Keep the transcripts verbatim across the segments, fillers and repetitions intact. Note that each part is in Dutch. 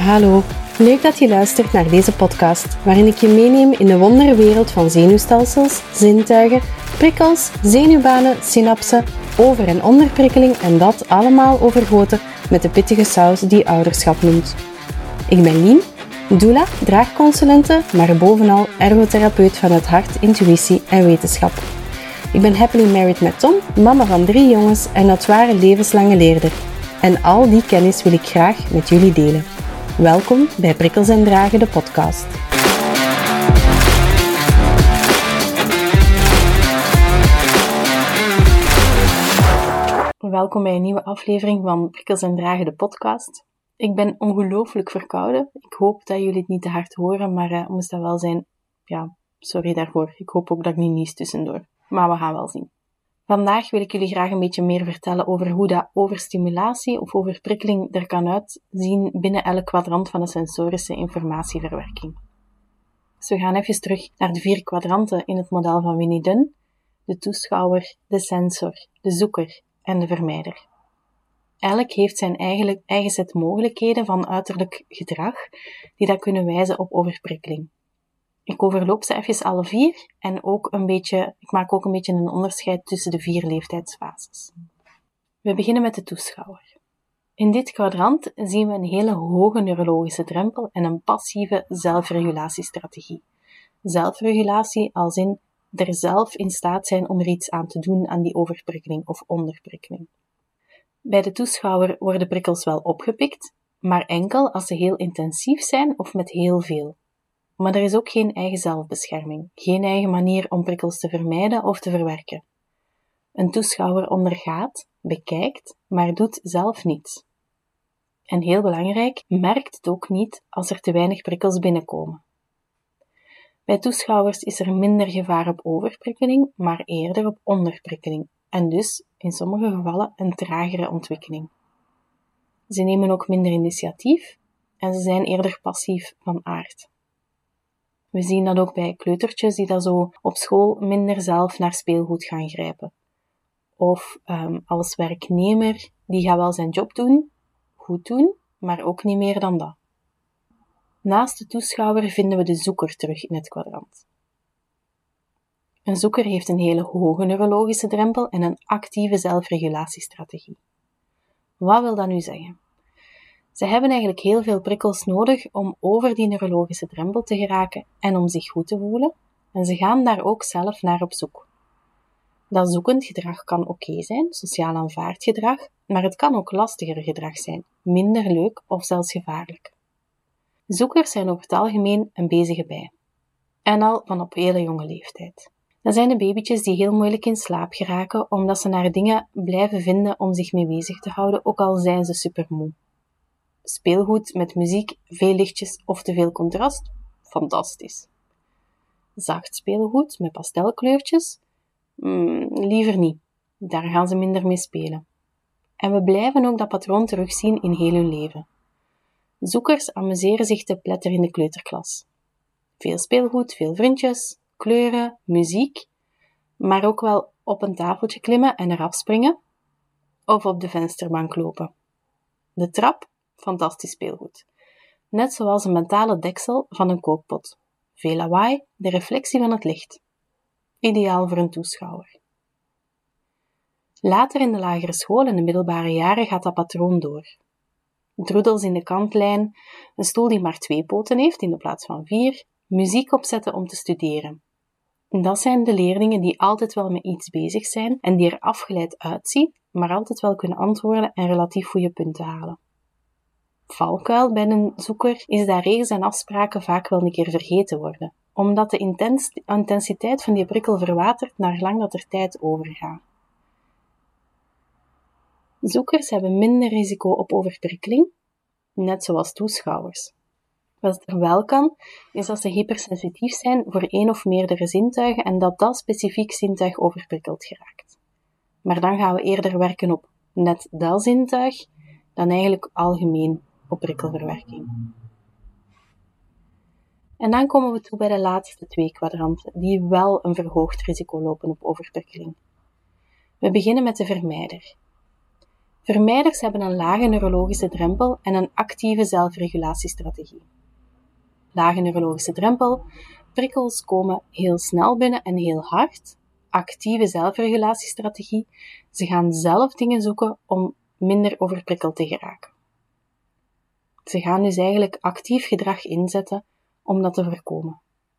Hallo, leuk dat je luistert naar deze podcast, waarin ik je meeneem in de wonderwereld van zenuwstelsels, zintuigen, prikkels, zenuwbanen, synapsen, over- en onderprikkeling en dat allemaal overgoten met de pittige saus die ouderschap noemt. Ik ben Lien, doula, draagconsulente, maar bovenal ergotherapeut van het hart, intuïtie en wetenschap. Ik ben happily married met Tom, mama van drie jongens en notoire levenslange leerder. En al die kennis wil ik graag met jullie delen. Welkom bij Prikkels en Dragen, de podcast. Welkom bij een nieuwe aflevering van Prikkels en Dragen, de podcast. Ik ben ongelooflijk verkouden. Ik hoop dat jullie het niet te hard horen, maar uh, moest dat wel zijn, ja, sorry daarvoor. Ik hoop ook dat ik niet nies tussendoor. Maar we gaan wel zien. Vandaag wil ik jullie graag een beetje meer vertellen over hoe dat overstimulatie of overprikkeling er kan uitzien binnen elk kwadrant van de sensorische informatieverwerking. Dus we gaan even terug naar de vier kwadranten in het model van Winnie Dunn: de toeschouwer, de sensor, de zoeker en de vermijder. Elk heeft zijn eigen, eigen set mogelijkheden van uiterlijk gedrag die dat kunnen wijzen op overprikkeling. Ik overloop ze even alle vier en ook een beetje, ik maak ook een beetje een onderscheid tussen de vier leeftijdsfases. We beginnen met de toeschouwer. In dit kwadrant zien we een hele hoge neurologische drempel en een passieve zelfregulatiestrategie. Zelfregulatie als in er zelf in staat zijn om er iets aan te doen aan die overprikkeling of onderprikkeling. Bij de toeschouwer worden prikkels wel opgepikt, maar enkel als ze heel intensief zijn of met heel veel. Maar er is ook geen eigen zelfbescherming, geen eigen manier om prikkels te vermijden of te verwerken. Een toeschouwer ondergaat, bekijkt, maar doet zelf niets. En heel belangrijk, merkt het ook niet als er te weinig prikkels binnenkomen. Bij toeschouwers is er minder gevaar op overprikkeling, maar eerder op onderprikkeling, en dus in sommige gevallen een tragere ontwikkeling. Ze nemen ook minder initiatief en ze zijn eerder passief van aard. We zien dat ook bij kleutertjes die dat zo op school minder zelf naar speelgoed gaan grijpen. Of um, als werknemer, die gaat wel zijn job doen, goed doen, maar ook niet meer dan dat. Naast de toeschouwer vinden we de zoeker terug in het kwadrant. Een zoeker heeft een hele hoge neurologische drempel en een actieve zelfregulatiestrategie. Wat wil dat nu zeggen? Ze hebben eigenlijk heel veel prikkels nodig om over die neurologische drempel te geraken en om zich goed te voelen, en ze gaan daar ook zelf naar op zoek. Dat zoekend gedrag kan oké zijn, sociaal aanvaard gedrag, maar het kan ook lastiger gedrag zijn, minder leuk of zelfs gevaarlijk. Zoekers zijn over het algemeen een bezige bij, en al van op hele jonge leeftijd. Dat zijn de babytjes die heel moeilijk in slaap geraken, omdat ze naar dingen blijven vinden om zich mee bezig te houden, ook al zijn ze supermoe. Speelgoed met muziek, veel lichtjes of te veel contrast? Fantastisch. Zacht speelgoed met pastelkleurtjes? Mm, liever niet. Daar gaan ze minder mee spelen. En we blijven ook dat patroon terugzien in heel hun leven. Zoekers amuseren zich te pletter in de kleuterklas. Veel speelgoed, veel vriendjes, kleuren, muziek, maar ook wel op een tafeltje klimmen en eraf springen, of op de vensterbank lopen. De trap? Fantastisch speelgoed. Net zoals een metalen deksel van een kookpot. Veel lawaai, de reflectie van het licht. Ideaal voor een toeschouwer. Later in de lagere school en de middelbare jaren gaat dat patroon door. Droedels in de kantlijn, een stoel die maar twee poten heeft in de plaats van vier, muziek opzetten om te studeren. Dat zijn de leerlingen die altijd wel met iets bezig zijn en die er afgeleid uitzien, maar altijd wel kunnen antwoorden en relatief goede punten halen. Valkuil bij een zoeker is dat regels en afspraken vaak wel een keer vergeten worden, omdat de intens- intensiteit van die prikkel verwatert naar lang dat er tijd overgaat. Zoekers hebben minder risico op overprikkeling, net zoals toeschouwers. Wat er wel kan, is dat ze hypersensitief zijn voor één of meerdere zintuigen en dat dat specifiek zintuig overprikkeld geraakt. Maar dan gaan we eerder werken op net dat zintuig dan eigenlijk algemeen op prikkelverwerking. En dan komen we toe bij de laatste twee kwadranten, die wel een verhoogd risico lopen op overprikkeling. We beginnen met de vermijder. Vermijders hebben een lage neurologische drempel en een actieve zelfregulatiestrategie. Lage neurologische drempel. Prikkels komen heel snel binnen en heel hard. Actieve zelfregulatiestrategie. Ze gaan zelf dingen zoeken om minder overprikkeld te geraken. Ze gaan dus eigenlijk actief gedrag inzetten om dat te voorkomen.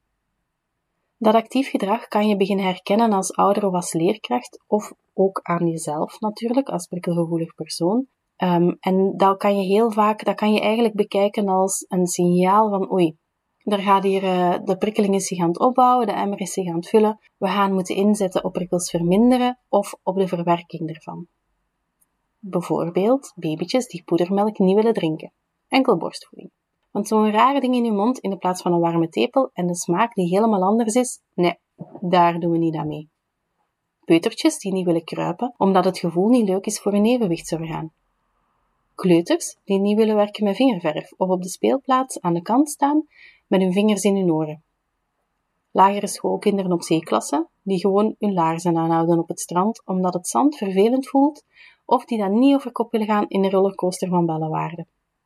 Dat actief gedrag kan je beginnen herkennen als ouder of als leerkracht, of ook aan jezelf natuurlijk, als prikkelgevoelig persoon. Um, en dat kan je heel vaak, dat kan je eigenlijk bekijken als een signaal van oei, er gaat hier, uh, de prikkeling is zich aan het opbouwen, de emmer is zich aan het vullen, we gaan moeten inzetten op prikkels verminderen of op de verwerking ervan. Bijvoorbeeld babytjes die poedermelk niet willen drinken. Enkel borstvoeding. Want zo'n rare ding in je mond in de plaats van een warme tepel en de smaak die helemaal anders is, nee, daar doen we niet aan mee. Peutertjes die niet willen kruipen, omdat het gevoel niet leuk is voor hun evenwichtsorgaan. Kleuters die niet willen werken met vingerverf of op de speelplaats aan de kant staan met hun vingers in hun oren. Lagere schoolkinderen op C-klasse die gewoon hun laarzen aanhouden op het strand omdat het zand vervelend voelt of die dan niet over kop willen gaan in de rollercoaster van Bellewaarde.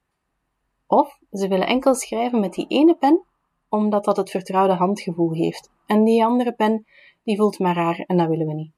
Of ze willen enkel schrijven met die ene pen, omdat dat het vertrouwde handgevoel geeft. En die andere pen, die voelt maar raar en dat willen we niet.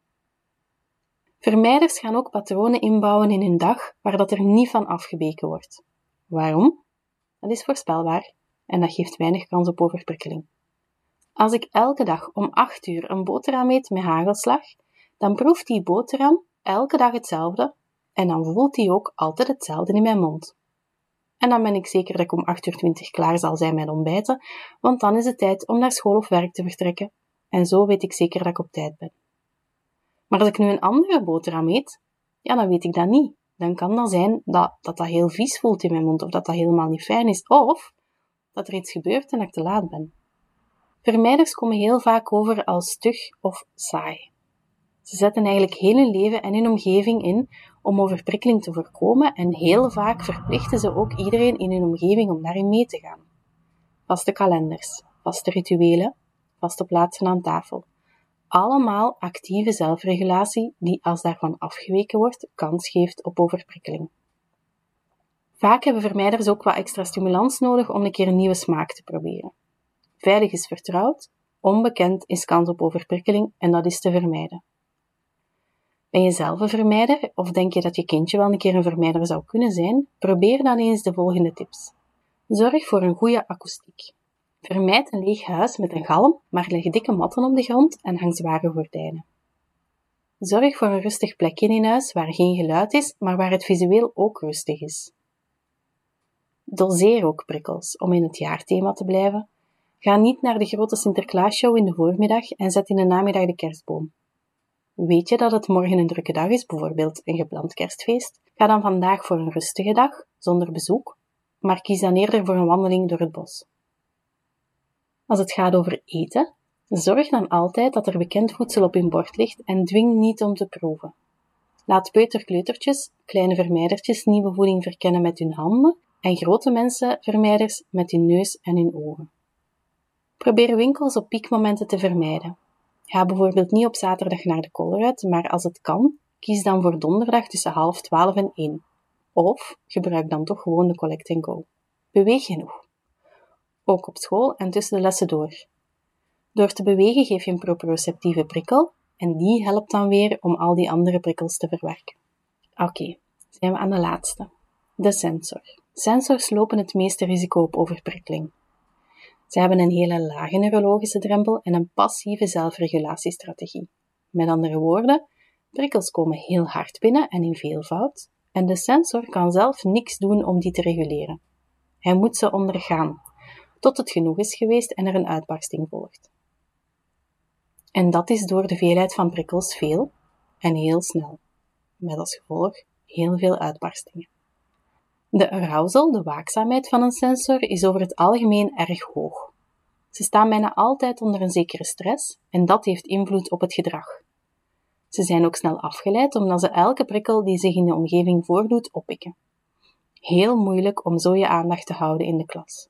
Vermijders gaan ook patronen inbouwen in hun dag, waar dat er niet van afgeweken wordt. Waarom? Dat is voorspelbaar en dat geeft weinig kans op overprikkeling. Als ik elke dag om acht uur een boterham eet met hagelslag, dan proeft die boterham elke dag hetzelfde en dan voelt die ook altijd hetzelfde in mijn mond. En dan ben ik zeker dat ik om acht uur twintig klaar zal zijn met ontbijten, want dan is het tijd om naar school of werk te vertrekken. En zo weet ik zeker dat ik op tijd ben. Maar als ik nu een andere boterham eet, ja, dan weet ik dat niet. Dan kan dat zijn dat dat, dat heel vies voelt in mijn mond, of dat dat helemaal niet fijn is, of dat er iets gebeurt en dat ik te laat ben. Vermijders komen heel vaak over als stug of saai. Ze zetten eigenlijk heel hun leven en hun omgeving in om overprikkeling te voorkomen en heel vaak verplichten ze ook iedereen in hun omgeving om daarin mee te gaan. Vaste kalenders, vaste rituelen, vaste plaatsen aan tafel. Allemaal actieve zelfregulatie die, als daarvan afgeweken wordt, kans geeft op overprikkeling. Vaak hebben vermijders ook wat extra stimulans nodig om een keer een nieuwe smaak te proberen. Veilig is vertrouwd, onbekend is kans op overprikkeling en dat is te vermijden. Ben je zelf een vermijder of denk je dat je kindje wel een keer een vermijder zou kunnen zijn? Probeer dan eens de volgende tips. Zorg voor een goede akoestiek. Vermijd een leeg huis met een galm, maar leg dikke matten op de grond en hang zware gordijnen. Zorg voor een rustig plekje in huis waar geen geluid is, maar waar het visueel ook rustig is. Doseer ook prikkels, om in het jaarthema te blijven. Ga niet naar de grote Sinterklaasshow in de voormiddag en zet in de namiddag de kerstboom. Weet je dat het morgen een drukke dag is, bijvoorbeeld een gepland kerstfeest? Ga dan vandaag voor een rustige dag, zonder bezoek, maar kies dan eerder voor een wandeling door het bos. Als het gaat over eten, zorg dan altijd dat er bekend voedsel op hun bord ligt en dwing niet om te proeven. Laat peuterkleutertjes, kleine vermijdertjes, nieuwe voeding verkennen met hun handen en grote mensen, vermijders, met hun neus en hun ogen. Probeer winkels op piekmomenten te vermijden. Ga bijvoorbeeld niet op zaterdag naar de Colruyt, maar als het kan, kies dan voor donderdag tussen half twaalf en één. Of gebruik dan toch gewoon de collect and go. Beweeg genoeg. Ook op school en tussen de lessen door. Door te bewegen geef je een proprioceptieve prikkel en die helpt dan weer om al die andere prikkels te verwerken. Oké, okay, zijn we aan de laatste. De sensor. Sensors lopen het meeste risico op overprikkeling. Ze hebben een hele lage neurologische drempel en een passieve zelfregulatiestrategie. Met andere woorden, prikkels komen heel hard binnen en in veelvoud, en de sensor kan zelf niks doen om die te reguleren. Hij moet ze ondergaan, tot het genoeg is geweest en er een uitbarsting volgt. En dat is door de veelheid van prikkels veel en heel snel, met als gevolg heel veel uitbarstingen. De arousal, de waakzaamheid van een sensor, is over het algemeen erg hoog. Ze staan bijna altijd onder een zekere stress en dat heeft invloed op het gedrag. Ze zijn ook snel afgeleid omdat ze elke prikkel die zich in de omgeving voordoet oppikken. Heel moeilijk om zo je aandacht te houden in de klas.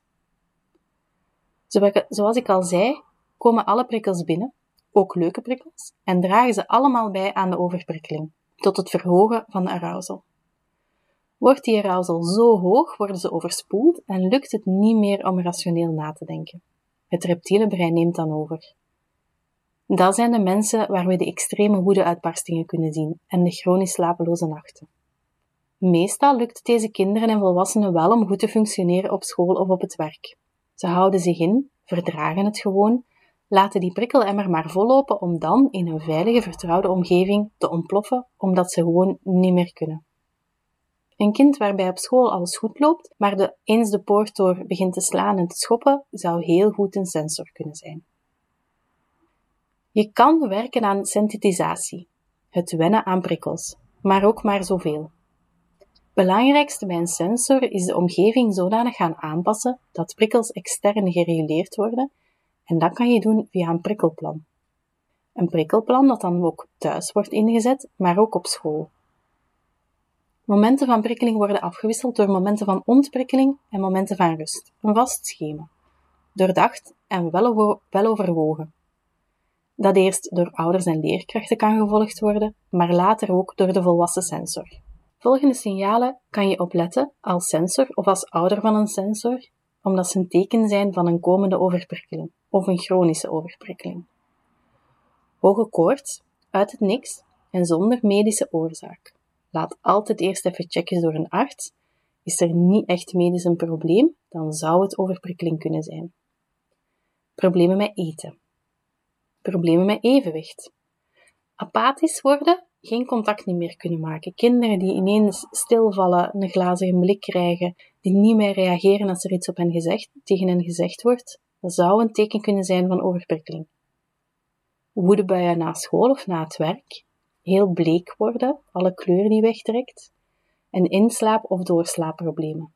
Zoals ik al zei, komen alle prikkels binnen, ook leuke prikkels, en dragen ze allemaal bij aan de overprikkeling. tot het verhogen van de arousal. Wordt die arousal zo hoog, worden ze overspoeld en lukt het niet meer om rationeel na te denken. Het reptiele brein neemt dan over. Dat zijn de mensen waar we de extreme woedeuitbarstingen kunnen zien en de chronisch slapeloze nachten. Meestal lukt het deze kinderen en volwassenen wel om goed te functioneren op school of op het werk. Ze houden zich in, verdragen het gewoon, laten die prikkelemmer maar vollopen om dan in een veilige, vertrouwde omgeving te ontploffen, omdat ze gewoon niet meer kunnen. Een kind waarbij op school alles goed loopt, maar de, eens de poort door begint te slaan en te schoppen, zou heel goed een sensor kunnen zijn. Je kan werken aan sensitisatie, het wennen aan prikkels, maar ook maar zoveel. Het belangrijkste bij een sensor is de omgeving zodanig gaan aanpassen dat prikkels extern gereguleerd worden, en dat kan je doen via een prikkelplan. Een prikkelplan dat dan ook thuis wordt ingezet, maar ook op school. Momenten van prikkeling worden afgewisseld door momenten van ontprikkeling en momenten van rust. Een vast schema. Doordacht en wel, over, wel overwogen. Dat eerst door ouders en leerkrachten kan gevolgd worden, maar later ook door de volwassen sensor. Volgende signalen kan je opletten als sensor of als ouder van een sensor, omdat ze een teken zijn van een komende overprikkeling of een chronische overprikkeling. Hoge koorts, uit het niks en zonder medische oorzaak. Laat altijd eerst even checken door een arts. Is er niet echt medisch een probleem, dan zou het overprikkeling kunnen zijn. Problemen met eten. Problemen met evenwicht. Apathisch worden, geen contact niet meer kunnen maken. Kinderen die ineens stilvallen, een glazige blik krijgen, die niet meer reageren als er iets op hen gezegd, tegen hen gezegd wordt, dat zou een teken kunnen zijn van overprikkeling. Woedebuien na school of na het werk. Heel bleek worden, alle kleur die wegtrekt. En inslaap- of doorslaapproblemen.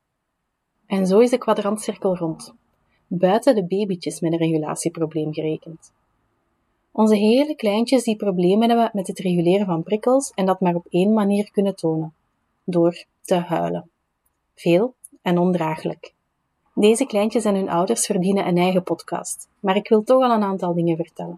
En zo is de kwadrantcirkel rond. Buiten de babytjes met een regulatieprobleem gerekend. Onze hele kleintjes die problemen hebben met het reguleren van prikkels en dat maar op één manier kunnen tonen. Door te huilen. Veel en ondraaglijk. Deze kleintjes en hun ouders verdienen een eigen podcast, maar ik wil toch al een aantal dingen vertellen.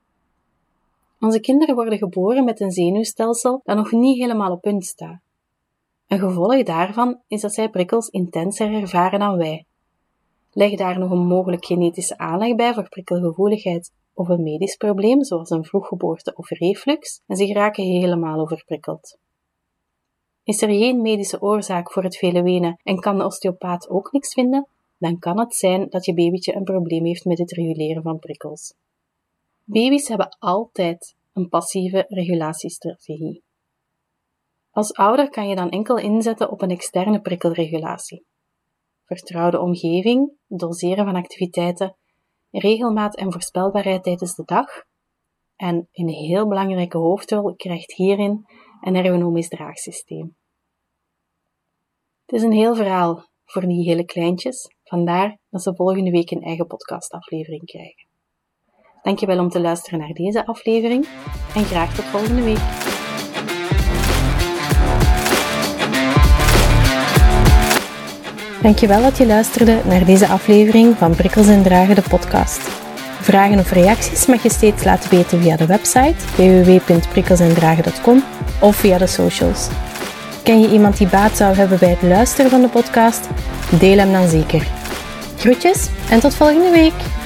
Onze kinderen worden geboren met een zenuwstelsel dat nog niet helemaal op punt staat. Een gevolg daarvan is dat zij prikkels intenser ervaren dan wij. Leg daar nog een mogelijk genetische aanleg bij voor prikkelgevoeligheid of een medisch probleem, zoals een vroeggeboorte of reflux, en ze geraken helemaal overprikkeld. Is er geen medische oorzaak voor het vele wenen en kan de osteopaat ook niks vinden, dan kan het zijn dat je babytje een probleem heeft met het reguleren van prikkels. Baby's hebben altijd een passieve regulatiestrategie. Als ouder kan je dan enkel inzetten op een externe prikkelregulatie. Vertrouwde omgeving, doseren van activiteiten, regelmaat en voorspelbaarheid tijdens de dag en een heel belangrijke hoofdrol krijgt hierin een ergonomisch draagsysteem. Het is een heel verhaal voor die hele kleintjes, vandaar dat ze volgende week een eigen podcastaflevering krijgen. Dankjewel om te luisteren naar deze aflevering en graag tot volgende week. Dankjewel dat je luisterde naar deze aflevering van Prikkels en Dragen, de podcast. Vragen of reacties mag je steeds laten weten via de website w w w punt prikkels en dragen punt com of via de socials. Ken je iemand die baat zou hebben bij het luisteren van de podcast? Deel hem dan zeker. Groetjes en tot volgende week!